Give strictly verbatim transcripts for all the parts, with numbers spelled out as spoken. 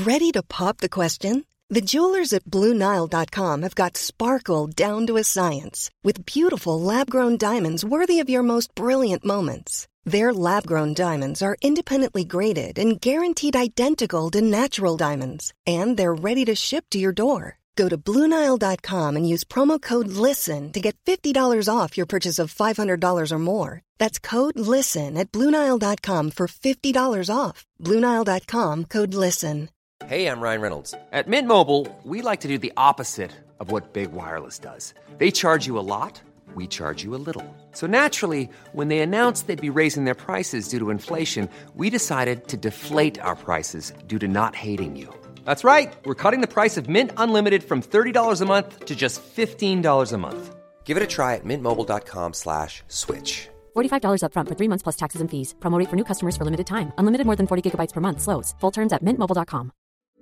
Ready to pop the question? The jewelers at Blue Nile dot com have got sparkle down to a science with beautiful lab-grown diamonds worthy of your most brilliant moments. Their lab-grown diamonds are independently graded and guaranteed identical to natural diamonds, and they're ready to ship to your door. Go to Blue Nile dot com and use promo code LISTEN to get fifty dollars off your purchase of five hundred dollars or more. That's code LISTEN at Blue Nile dot com for fifty dollars off. Blue Nile dot com, code LISTEN. Hey, I'm Ryan Reynolds. At Mint Mobile, we like to do the opposite of what Big Wireless does. They charge you a lot, we charge you a little. So naturally, when they announced they'd be raising their prices due to inflation, we decided to deflate our prices due to not hating you. That's right. We're cutting the price of Mint Unlimited from thirty dollars a month to just fifteen dollars a month. Give it a try at mintmobile.com slash switch. forty-five dollars up front for three months plus taxes and fees. Promo rate for new customers for limited time. Unlimited more than forty gigabytes per month. Slows full terms at mint mobile dot com.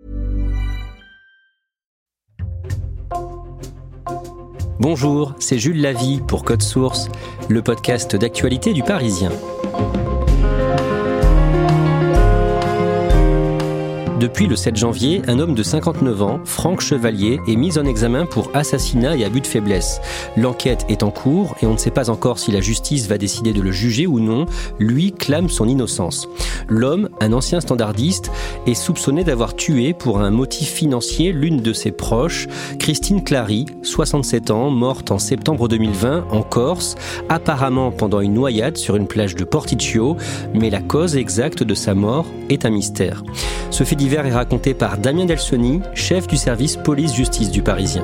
Bonjour, c'est Jules Lavie pour Code Source, le podcast d'actualité du Parisien. Depuis le sept janvier, un homme de cinquante-neuf ans, Franck Chevalier, est mis en examen pour assassinat et abus de faiblesse. L'enquête est en cours et on ne sait pas encore si la justice va décider de le juger ou non. Lui clame son innocence. L'homme, un ancien standardiste, est soupçonné d'avoir tué pour un motif financier l'une de ses proches, Christine Clary, soixante-sept ans, morte en septembre deux mille vingt en Corse, apparemment pendant une noyade sur une plage de Porticcio, mais la cause exacte de sa mort est un mystère. Ce fait divers est raconté par Damien Delsoni, chef du service police-justice du Parisien.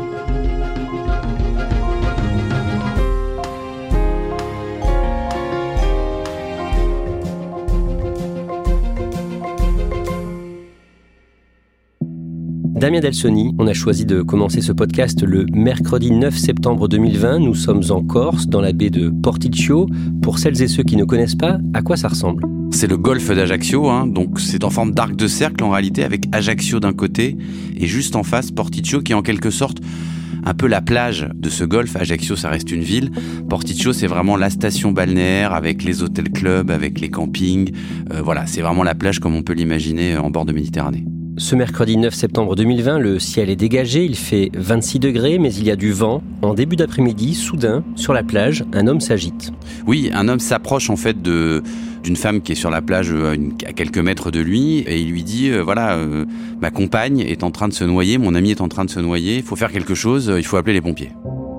Damien Delsoni, on a choisi de commencer ce podcast le mercredi neuf septembre deux mille vingt. Nous sommes en Corse, dans la baie de Porticcio. Pour celles et ceux qui ne connaissent pas, à quoi ça ressemble ? C'est le golfe d'Ajaccio, hein, donc c'est en forme d'arc de cercle en réalité, avec Ajaccio d'un côté et juste en face Porticcio qui est en quelque sorte un peu la plage de ce golfe. Ajaccio, ça reste une ville. Porticcio, c'est vraiment la station balnéaire avec les hôtels-clubs, avec les campings. Euh, voilà, c'est vraiment la plage comme on peut l'imaginer en bord de Méditerranée. Ce mercredi neuf septembre deux mille vingt, le ciel est dégagé, il fait vingt-six degrés, mais il y a du vent. En début d'après-midi, soudain, sur la plage, un homme s'agite. Oui, un homme s'approche en fait de, d'une femme qui est sur la plage à, une, à quelques mètres de lui et il lui dit euh, voilà, euh, ma compagne est en train de se noyer, mon ami est en train de se noyer, il faut faire quelque chose, il faut appeler les pompiers.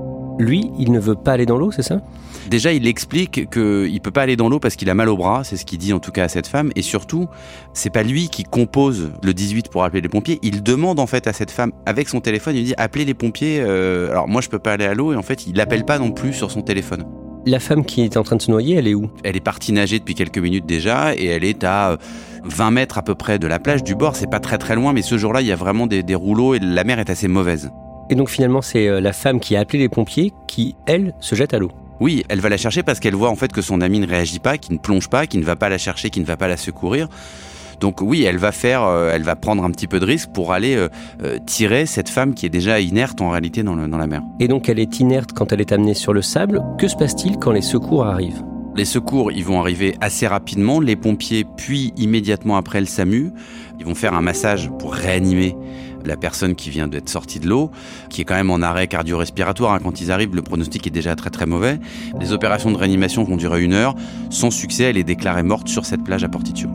Lui, il ne veut pas aller dans l'eau, c'est ça ? Déjà, il explique qu'il ne peut pas aller dans l'eau parce qu'il a mal au bras, c'est ce qu'il dit en tout cas à cette femme. Et surtout, c'est pas lui qui compose le dix-huit pour appeler les pompiers. Il demande en fait à cette femme, avec son téléphone, il lui dit « appelez les pompiers, euh, alors moi je peux pas aller à l'eau » et en fait, il l'appelle pas non plus sur son téléphone. La femme qui est en train de se noyer, elle est où ? Elle est partie nager depuis quelques minutes déjà et elle est à vingt mètres à peu près de la plage, du bord. C'est pas très très loin, mais ce jour-là, il y a vraiment des, des rouleaux et la mer est assez mauvaise. Et donc finalement, c'est la femme qui a appelé les pompiers qui, elle, se jette à l'eau. Oui, elle va la chercher parce qu'elle voit en fait que son amie ne réagit pas, qu'il ne plonge pas, qu'il ne va pas la chercher, qu'il ne va pas la secourir. Donc oui, elle va faire, euh, elle va prendre un petit peu de risque pour aller euh, euh, tirer cette femme qui est déjà inerte en réalité dans, le, dans la mer. Et donc elle est inerte quand elle est amenée sur le sable. Que se passe-t-il quand les secours arrivent ? Les secours, ils vont arriver assez rapidement. Les pompiers, puis immédiatement après le SAMU, ils vont faire un massage pour réanimer la personne qui vient d'être sortie de l'eau, qui est quand même en arrêt cardio-respiratoire. Hein. Quand ils arrivent, le pronostic est déjà très très mauvais. Les opérations de réanimation vont durer une heure. Sans succès, elle est déclarée morte sur cette plage à Porticcio.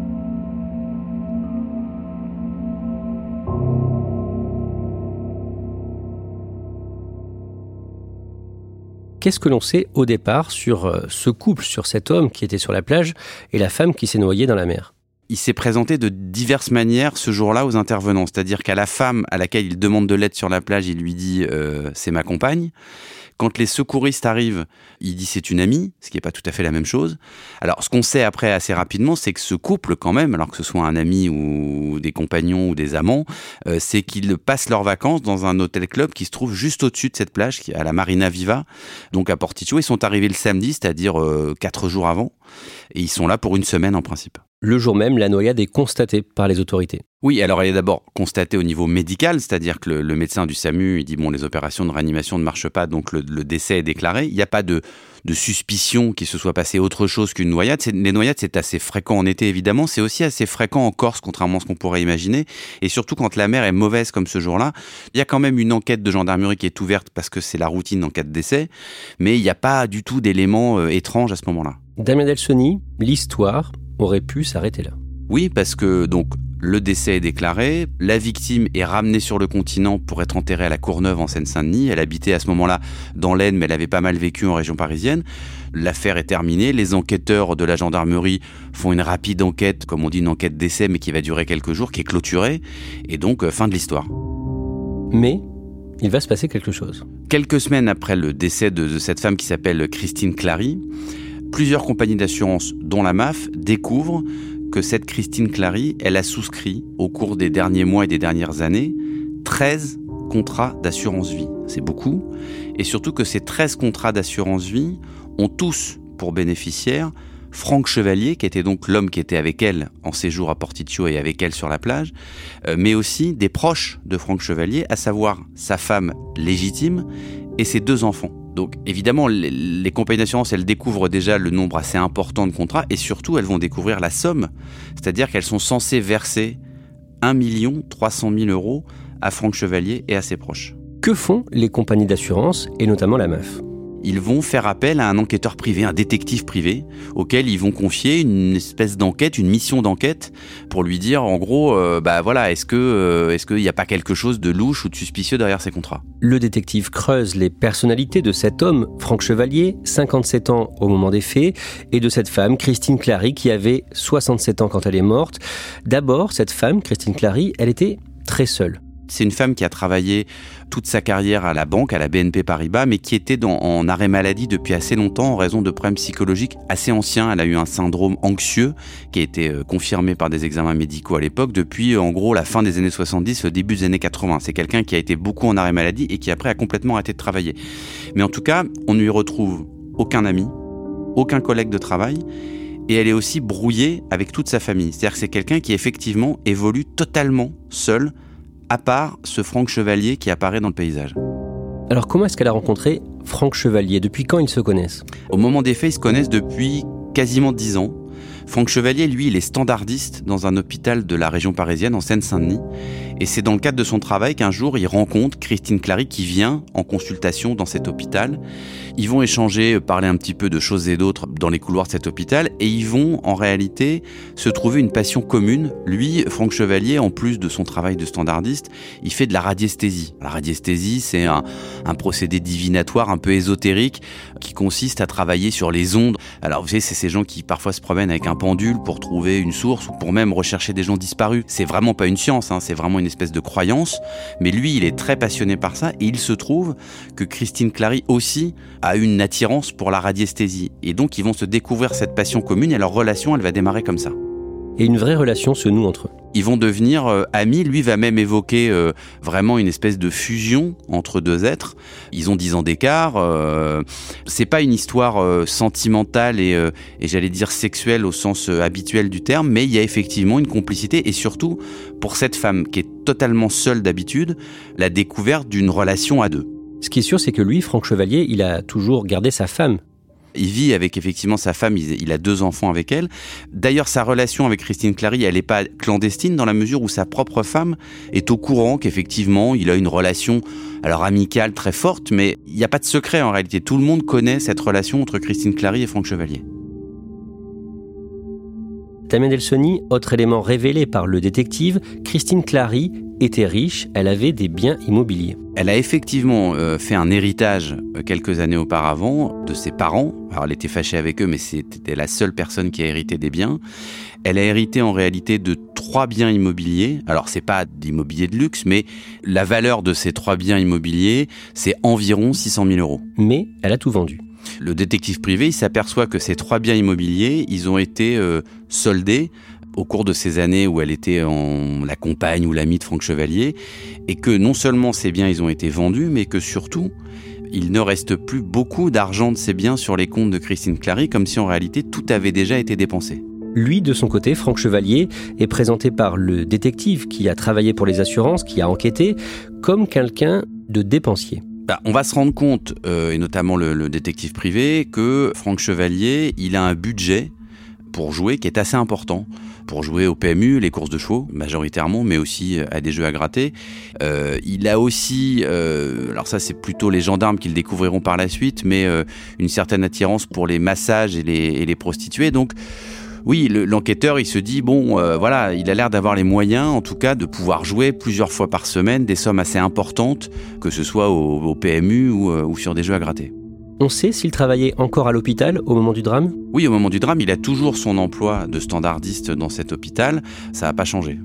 Qu'est-ce que l'on sait au départ sur ce couple, sur cet homme qui était sur la plage et la femme qui s'est noyée dans la mer ? Il s'est présenté de diverses manières ce jour-là aux intervenants. C'est-à-dire qu'à la femme à laquelle il demande de l'aide sur la plage, il lui dit euh, « c'est ma compagne ». Quand les secouristes arrivent, il dit c'est une amie, ce qui n'est pas tout à fait la même chose. Alors, ce qu'on sait après assez rapidement, c'est que ce couple, quand même, alors que ce soit un ami ou des compagnons ou des amants, euh, c'est qu'ils passent leurs vacances dans un hôtel-club qui se trouve juste au-dessus de cette plage, qui est à la Marina Viva, donc à Porticcio. Ils sont arrivés le samedi, c'est-à-dire euh, quatre jours avant, et ils sont là pour une semaine en principe. Le jour même, la noyade est constatée par les autorités. Oui, alors elle est d'abord constatée au niveau médical, c'est-à-dire que le, le médecin du SAMU, il dit bon, les opérations de réanimation ne marchent pas, donc le, le décès est déclaré. Il n'y a pas de, de suspicion qu'il se soit passé autre chose qu'une noyade. C'est, les noyades, c'est assez fréquent en été, évidemment. C'est aussi assez fréquent en Corse, contrairement à ce qu'on pourrait imaginer. Et surtout, quand la mer est mauvaise comme ce jour-là, il y a quand même une enquête de gendarmerie qui est ouverte parce que c'est la routine en cas de décès. Mais il n'y a pas du tout d'éléments euh, étranges à ce moment-là. Damien Delsoni, l'histoire aurait pu s'arrêter là. Oui, parce que donc le décès est déclaré, la victime est ramenée sur le continent pour être enterrée à la Courneuve en Seine-Saint-Denis. Elle habitait à ce moment-là dans l'Aisne, mais elle avait pas mal vécu en région parisienne. L'affaire est terminée, les enquêteurs de la gendarmerie font une rapide enquête, comme on dit une enquête d'essai, mais qui va durer quelques jours, qui est clôturée, et donc fin de l'histoire. Mais il va se passer quelque chose. Quelques semaines après le décès de, de cette femme qui s'appelle Christine Clary, plusieurs compagnies d'assurance, dont la M A F, découvrent que cette Christine Clary, elle a souscrit, au cours des derniers mois et des dernières années, treize contrats d'assurance vie. C'est beaucoup. Et surtout que ces treize contrats d'assurance vie ont tous pour bénéficiaire Franck Chevalier, qui était donc l'homme qui était avec elle en séjour à Porticcio et avec elle sur la plage, euh, mais aussi des proches de Franck Chevalier, à savoir sa femme légitime et ses deux enfants. Donc évidemment, les, les compagnies d'assurance, elles découvrent déjà le nombre assez important de contrats et surtout, elles vont découvrir la somme. C'est-à-dire qu'elles sont censées verser un million trois cent mille euros à Franck Chevalier et à ses proches. Que font les compagnies d'assurance et notamment la M A F ? Ils vont faire appel à un enquêteur privé, un détective privé, auquel ils vont confier une espèce d'enquête, une mission d'enquête, pour lui dire, en gros, euh, bah voilà, est-ce que, euh, est-ce qu'il n'y a pas quelque chose de louche ou de suspicieux derrière ces contrats ? Le détective creuse les personnalités de cet homme, Franck Chevalier, cinquante-sept ans au moment des faits, et de cette femme, Christine Clary, qui avait soixante-sept ans quand elle est morte. D'abord, cette femme, Christine Clary, elle était très seule. C'est une femme qui a travaillé toute sa carrière à la banque, à la B N P Paribas, mais qui était dans, en arrêt maladie depuis assez longtemps en raison de problèmes psychologiques assez anciens. Elle a eu un syndrome anxieux qui a été euh, confirmé par des examens médicaux à l'époque depuis, en gros, la fin des années soixante-dix, le début des années quatre-vingts. C'est quelqu'un qui a été beaucoup en arrêt maladie et qui après a complètement arrêté de travailler. Mais en tout cas, on ne lui retrouve aucun ami, aucun collègue de travail. Et elle est aussi brouillée avec toute sa famille. C'est-à-dire que c'est quelqu'un qui effectivement évolue totalement seul, à part ce Franck Chevalier qui apparaît dans le paysage. Alors comment est-ce qu'elle a rencontré Franck Chevalier ? Depuis quand ils se connaissent ? Au moment des faits, ils se connaissent depuis quasiment dix ans. Franck Chevalier, lui, il est standardiste dans un hôpital de la région parisienne, en Seine-Saint-Denis. Et c'est dans le cadre de son travail qu'un jour, il rencontre Christine Clary qui vient en consultation dans cet hôpital. Ils vont échanger, parler un petit peu de choses et d'autres dans les couloirs de cet hôpital. Et ils vont, en réalité, se trouver une passion commune. Lui, Franck Chevalier, en plus de son travail de standardiste, il fait de la radiesthésie. La radiesthésie, c'est un, un procédé divinatoire un peu ésotérique qui consiste à travailler sur les ondes. Alors, vous savez, c'est ces gens qui parfois se promènent avec un pendule pour trouver une source ou pour même rechercher des gens disparus. C'est vraiment pas une science, hein, c'est vraiment une espèce de croyance. Mais lui, il est très passionné par ça et il se trouve que Christine Clary aussi a une attirance pour la radiesthésie. Et donc, ils vont se découvrir cette passion commune et leur relation, elle va démarrer comme ça. Et une vraie relation se noue entre eux. Ils vont devenir euh, amis. Lui va même évoquer euh, vraiment une espèce de fusion entre deux êtres. Ils ont dix ans d'écart. Euh, c'est pas une histoire euh, sentimentale et, euh, et j'allais dire sexuelle au sens euh, habituel du terme, mais il y a effectivement une complicité et surtout pour cette femme qui est totalement seule d'habitude, la découverte d'une relation à deux. Ce qui est sûr, c'est que lui, Franck Chevalier, il a toujours gardé sa femme. Il vit avec effectivement sa femme, il a deux enfants avec elle. D'ailleurs, sa relation avec Christine Clary, elle n'est pas clandestine dans la mesure où sa propre femme est au courant qu'effectivement, il a une relation alors amicale très forte, mais il n'y a pas de secret en réalité. Tout le monde connaît cette relation entre Christine Clary et Franck Chevalier. Damien Delsoni, autre élément révélé par le détective, Christine Clary était riche, elle avait des biens immobiliers. Elle a effectivement euh, fait un héritage euh, quelques années auparavant de ses parents. Alors elle était fâchée avec eux, mais c'était la seule personne qui a hérité des biens. Elle a hérité en réalité de trois biens immobiliers. Alors c'est pas d'immobilier de luxe, mais la valeur de ces trois biens immobiliers, c'est environ six cent mille euros. Mais elle a tout vendu. Le détective privé, il s'aperçoit que ces trois biens immobiliers, ils ont été euh, soldés au cours de ces années où elle était en la compagne ou l'amie de Franck Chevalier, et que non seulement ces biens ils ont été vendus, mais que surtout, il ne reste plus beaucoup d'argent de ces biens sur les comptes de Christine Clary, comme si en réalité tout avait déjà été dépensé. Lui, de son côté, Franck Chevalier, est présenté par le détective qui a travaillé pour les assurances, qui a enquêté, comme quelqu'un de dépensier. Bah, on va se rendre compte, euh, et notamment le, le détective privé, que Franck Chevalier, il a un budget pour jouer qui est assez important. Pour jouer au P M U, les courses de chevaux, majoritairement, mais aussi à des jeux à gratter. Euh, il a aussi, euh, alors ça c'est plutôt les gendarmes qui le découvriront par la suite, mais euh, une certaine attirance pour les massages et les, et les prostituées. Donc oui, le, l'enquêteur, il se dit, bon, euh, voilà, il a l'air d'avoir les moyens, en tout cas, de pouvoir jouer plusieurs fois par semaine des sommes assez importantes, que ce soit au, au P M U ou, euh, ou sur des jeux à gratter. On sait s'il travaillait encore à l'hôpital au moment du drame ? Oui, au moment du drame, il a toujours son emploi de standardiste dans cet hôpital. Ça n'a pas changé.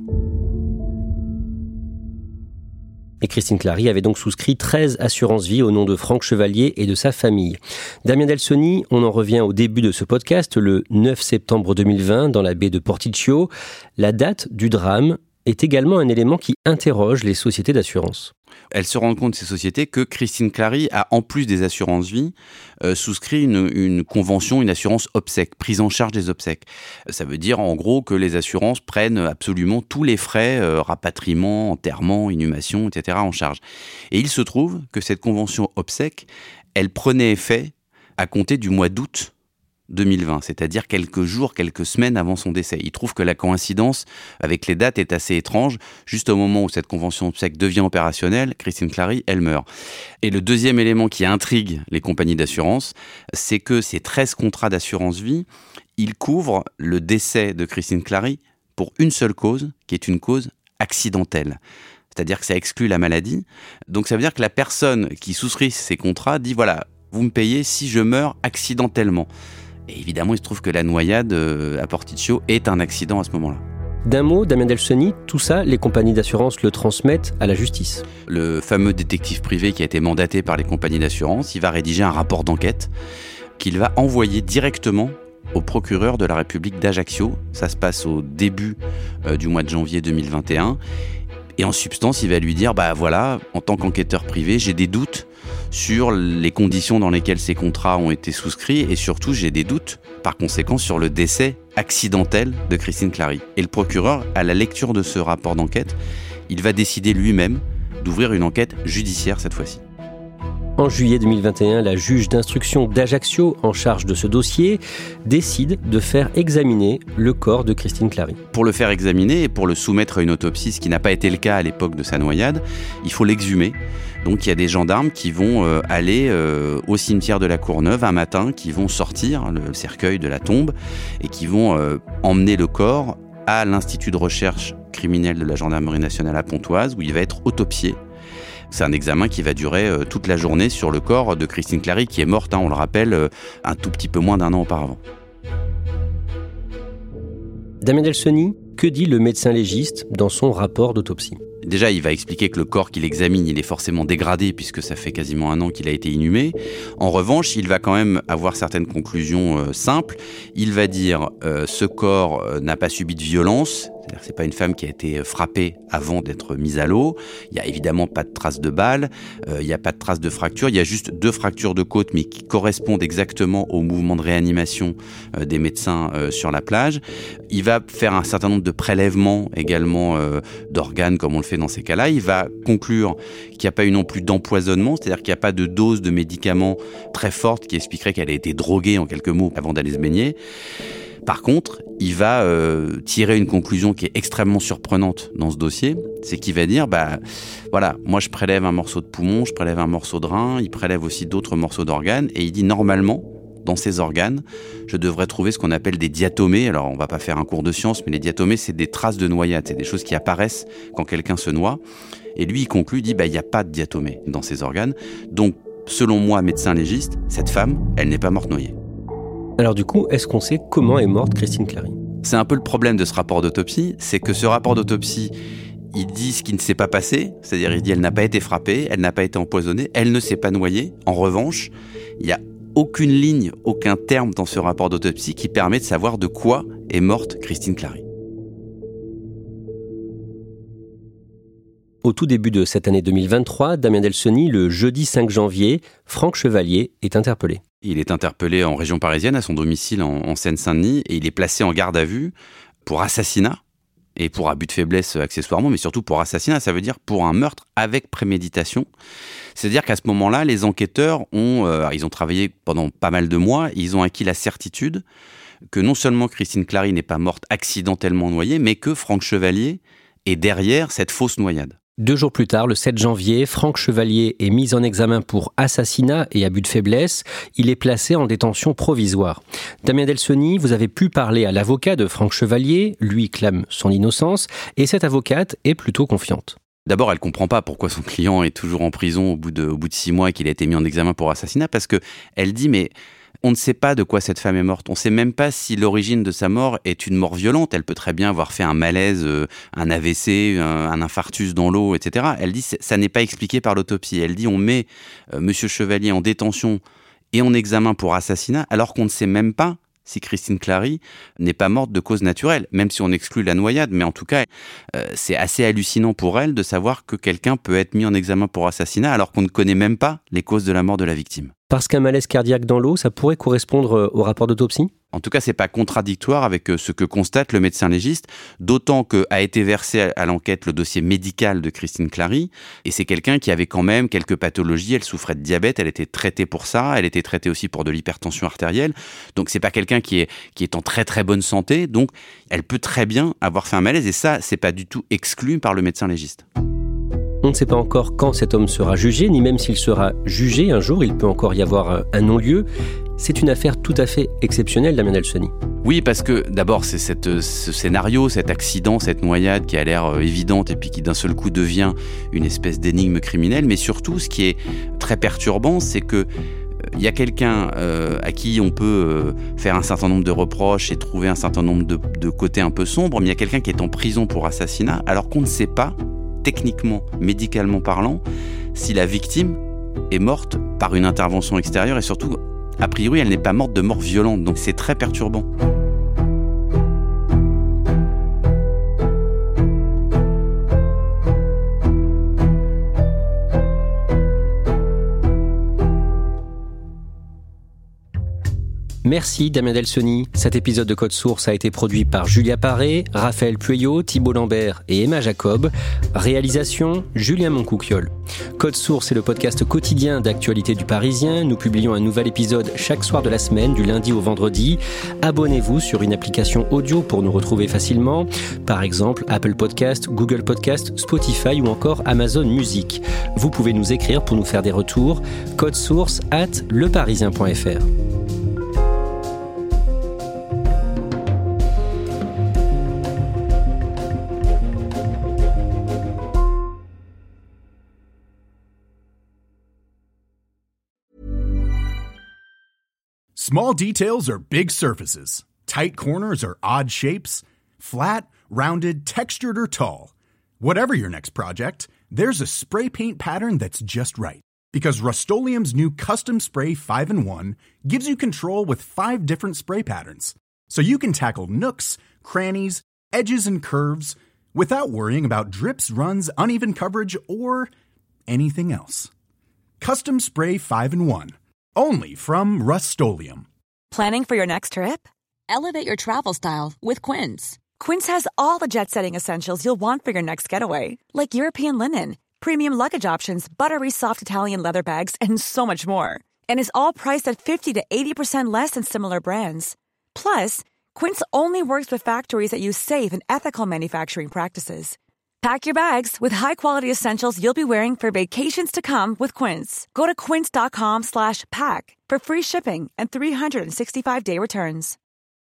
Et Christine Clary avait donc souscrit treize assurances-vie au nom de Franck Chevalier et de sa famille. Damien Delsoni, on en revient au début de ce podcast, le neuf septembre deux mille vingt, dans la baie de Porticcio. La date du drame est également un élément qui interroge les sociétés d'assurance. Elle se rend compte, ces sociétés, que Christine Clary a, en plus des assurances-vie, euh, souscrit une, une convention, une assurance obsèques, prise en charge des obsèques. Ça veut dire, en gros, que les assurances prennent absolument tous les frais, euh, rapatriement, enterrement, inhumation, et cetera, en charge. Et il se trouve que cette convention obsèques, elle prenait effet à compter du mois d'août deux mille vingt, c'est-à-dire quelques jours, quelques semaines avant son décès. Il trouve que la coïncidence avec les dates est assez étrange. Juste au moment où cette convention obsèques devient opérationnelle, Christine Clary, elle meurt. Et le deuxième élément qui intrigue les compagnies d'assurance, c'est que ces treize contrats d'assurance-vie, ils couvrent le décès de Christine Clary pour une seule cause, qui est une cause accidentelle. C'est-à-dire que ça exclut la maladie. Donc ça veut dire que la personne qui souscrit ces contrats dit, voilà, vous me payez si je meurs accidentellement. Et évidemment, il se trouve que la noyade à Porticcio est un accident à ce moment-là. D'un mot, Damien Delsoni, tout ça, les compagnies d'assurance le transmettent à la justice. Le fameux détective privé qui a été mandaté par les compagnies d'assurance, il va rédiger un rapport d'enquête qu'il va envoyer directement au procureur de la République d'Ajaccio. Ça se passe au début euh, du mois de janvier deux mille vingt et un. Et en substance, il va lui dire, bah voilà, en tant qu'enquêteur privé, j'ai des doutes sur les conditions dans lesquelles ces contrats ont été souscrits et surtout, j'ai des doutes, par conséquent, sur le décès accidentel de Christine Clary. Et le procureur, à la lecture de ce rapport d'enquête, il va décider lui-même d'ouvrir une enquête judiciaire cette fois-ci. En juillet deux mille vingt et un, la juge d'instruction d'Ajaccio, en charge de ce dossier, décide de faire examiner le corps de Christine Clary. Pour le faire examiner et pour le soumettre à une autopsie, ce qui n'a pas été le cas à l'époque de sa noyade, il faut l'exhumer. Donc il y a des gendarmes qui vont euh, aller euh, au cimetière de la Courneuve un matin, qui vont sortir le cercueil de la tombe et qui vont euh, emmener le corps à l'Institut de recherche criminelle de la Gendarmerie nationale à Pontoise, où il va être autopsié. C'est un examen qui va durer euh, toute la journée sur le corps de Christine Clary, qui est morte, hein, on le rappelle, euh, un tout petit peu moins d'un an auparavant. Damien Delsoni, que dit le médecin légiste dans son rapport d'autopsie ? Déjà, il va expliquer que le corps qu'il examine, il est forcément dégradé puisque ça fait quasiment un an qu'il a été inhumé. En revanche, il va quand même avoir certaines conclusions euh, simples. Il va dire euh, ce corps euh, n'a pas subi de violence. C'est-à-dire que c'est pas une femme qui a été frappée avant d'être mise à l'eau. Il y a évidemment pas de traces de balles. Euh, il y a pas de traces de fractures. Il y a juste deux fractures de côte, mais qui correspondent exactement au mouvement de réanimation euh, des médecins euh, sur la plage. Il va faire un certain nombre de prélèvements également euh, d'organes, comme on le fait dans ces cas-là. Il va conclure qu'il n'y a pas eu non plus d'empoisonnement, c'est-à-dire qu'il n'y a pas de dose de médicaments très forte qui expliquerait qu'elle a été droguée en quelques mots avant d'aller se baigner. Par contre, il va euh, tirer une conclusion qui est extrêmement surprenante dans ce dossier, c'est qu'il va dire, bah voilà, moi je prélève un morceau de poumon, je prélève un morceau de rein, il prélève aussi d'autres morceaux d'organes, et il dit normalement, dans ces organes, je devrais trouver ce qu'on appelle des diatomées. Alors on va pas faire un cours de science, mais les diatomées, c'est des traces de noyade, c'est des choses qui apparaissent quand quelqu'un se noie. Et lui, il conclut, il dit, bah il n'y a pas de diatomées dans ces organes, donc selon moi, médecin légiste, cette femme, elle n'est pas morte noyée. Alors du coup, est-ce qu'on sait comment est morte Christine Clary ? C'est un peu le problème de ce rapport d'autopsie, c'est que ce rapport d'autopsie, il dit ce qui ne s'est pas passé, c'est-à-dire il dit elle n'a pas été frappée, elle n'a pas été empoisonnée, elle ne s'est pas noyée. En revanche, il n'y a aucune ligne, aucun terme dans ce rapport d'autopsie qui permet de savoir de quoi est morte Christine Clary. Au tout début de cette année deux mille vingt-trois, Damien Delsoni, le jeudi cinq janvier, Franck Chevalier est interpellé. Il est interpellé en région parisienne, à son domicile en, en Seine-Saint-Denis, et il est placé en garde à vue pour assassinat et pour abus de faiblesse accessoirement, mais surtout pour assassinat, ça veut dire pour un meurtre avec préméditation. C'est-à-dire qu'à ce moment-là, les enquêteurs ont, euh, ils ont travaillé pendant pas mal de mois, ils ont acquis la certitude que non seulement Christine Clary n'est pas morte accidentellement noyée, mais que Franck Chevalier est derrière cette fausse noyade. Deux jours plus tard, le sept janvier, Franck Chevalier est mis en examen pour assassinat et abus de faiblesse. Il est placé en détention provisoire. Damien Delseny, vous avez pu parler à l'avocat de Franck Chevalier. Lui clame son innocence et cette avocate est plutôt confiante. D'abord, elle ne comprend pas pourquoi son client est toujours en prison au bout de, au bout de six mois et qu'il a été mis en examen pour assassinat, parce qu'elle dit « mais on ne sait pas de quoi cette femme est morte. On ne sait même pas si l'origine de sa mort est une mort violente. Elle peut très bien avoir fait un malaise, euh, un A V C, un, un infarctus dans l'eau, et cetera. Elle dit ça n'est pas expliqué par l'autopsie. Elle dit on met euh, Monsieur Chevalier en détention et en examen pour assassinat alors qu'on ne sait même pas si Christine Clary n'est pas morte de cause naturelle, même si on exclut la noyade. Mais en tout cas, euh, c'est assez hallucinant pour elle de savoir que quelqu'un peut être mis en examen pour assassinat alors qu'on ne connaît même pas les causes de la mort de la victime. Parce qu'un malaise cardiaque dans l'eau, ça pourrait correspondre au rapport d'autopsie ? En tout cas, c'est pas contradictoire avec ce que constate le médecin légiste, d'autant qu'a été versé à l'enquête le dossier médical de Christine Clary, et c'est quelqu'un qui avait quand même quelques pathologies. Elle souffrait de diabète, elle était traitée pour ça, elle était traitée aussi pour de l'hypertension artérielle, donc c'est pas quelqu'un qui est, qui est en très très bonne santé, donc elle peut très bien avoir fait un malaise, et ça, c'est pas du tout exclu par le médecin légiste. On ne sait pas encore quand cet homme sera jugé, ni même s'il sera jugé un jour, il peut encore y avoir un non-lieu. C'est une affaire tout à fait exceptionnelle, Damien Delseny. Oui, parce que d'abord, c'est cette, ce scénario, cet accident, cette noyade qui a l'air évidente et puis qui d'un seul coup devient une espèce d'énigme criminelle. Mais surtout, ce qui est très perturbant, c'est que il y a quelqu'un euh, à qui on peut euh, faire un certain nombre de reproches et trouver un certain nombre de, de côtés un peu sombres, mais il y a quelqu'un qui est en prison pour assassinat, alors qu'on ne sait pas, techniquement, médicalement parlant, si la victime est morte par une intervention extérieure et surtout, a priori, elle n'est pas morte de mort violente, donc c'est très perturbant. Merci Damien Delseny. Cet épisode de Code Source a été produit par Julia Paré, Raphaël Pueyo, Thibault Lambert et Emma Jacob. Réalisation, Julien Moncouquiol. Code Source est le podcast quotidien d'actualité du Parisien. Nous publions un nouvel épisode chaque soir de la semaine, du lundi au vendredi. Abonnez-vous sur une application audio pour nous retrouver facilement. Par exemple, Apple Podcast, Google Podcast, Spotify ou encore Amazon Music. Vous pouvez nous écrire pour nous faire des retours. Code Source at leparisien point f r. Small details are big surfaces. Tight corners are odd shapes. Flat, rounded, textured, or tall. Whatever your next project, there's a spray paint pattern that's just right. Because Rust-Oleum's new Custom Spray five in one gives you control with five different spray patterns. So you can tackle nooks, crannies, edges, and curves without worrying about drips, runs, uneven coverage, or anything else. Custom Spray five in one. Only from Rust-Oleum. Planning for your next trip? Elevate your travel style with Quince. Quince has all the jet-setting essentials you'll want for your next getaway, like European linen, premium luggage options, buttery soft Italian leather bags, and so much more. And is all priced at fifty to eighty percent less than similar brands. Plus, Quince only works with factories that use safe and ethical manufacturing practices. Pack your bags with high-quality essentials you'll be wearing for vacations to come with Quince. Go to quince.com slash pack for free shipping and three sixty-five day returns.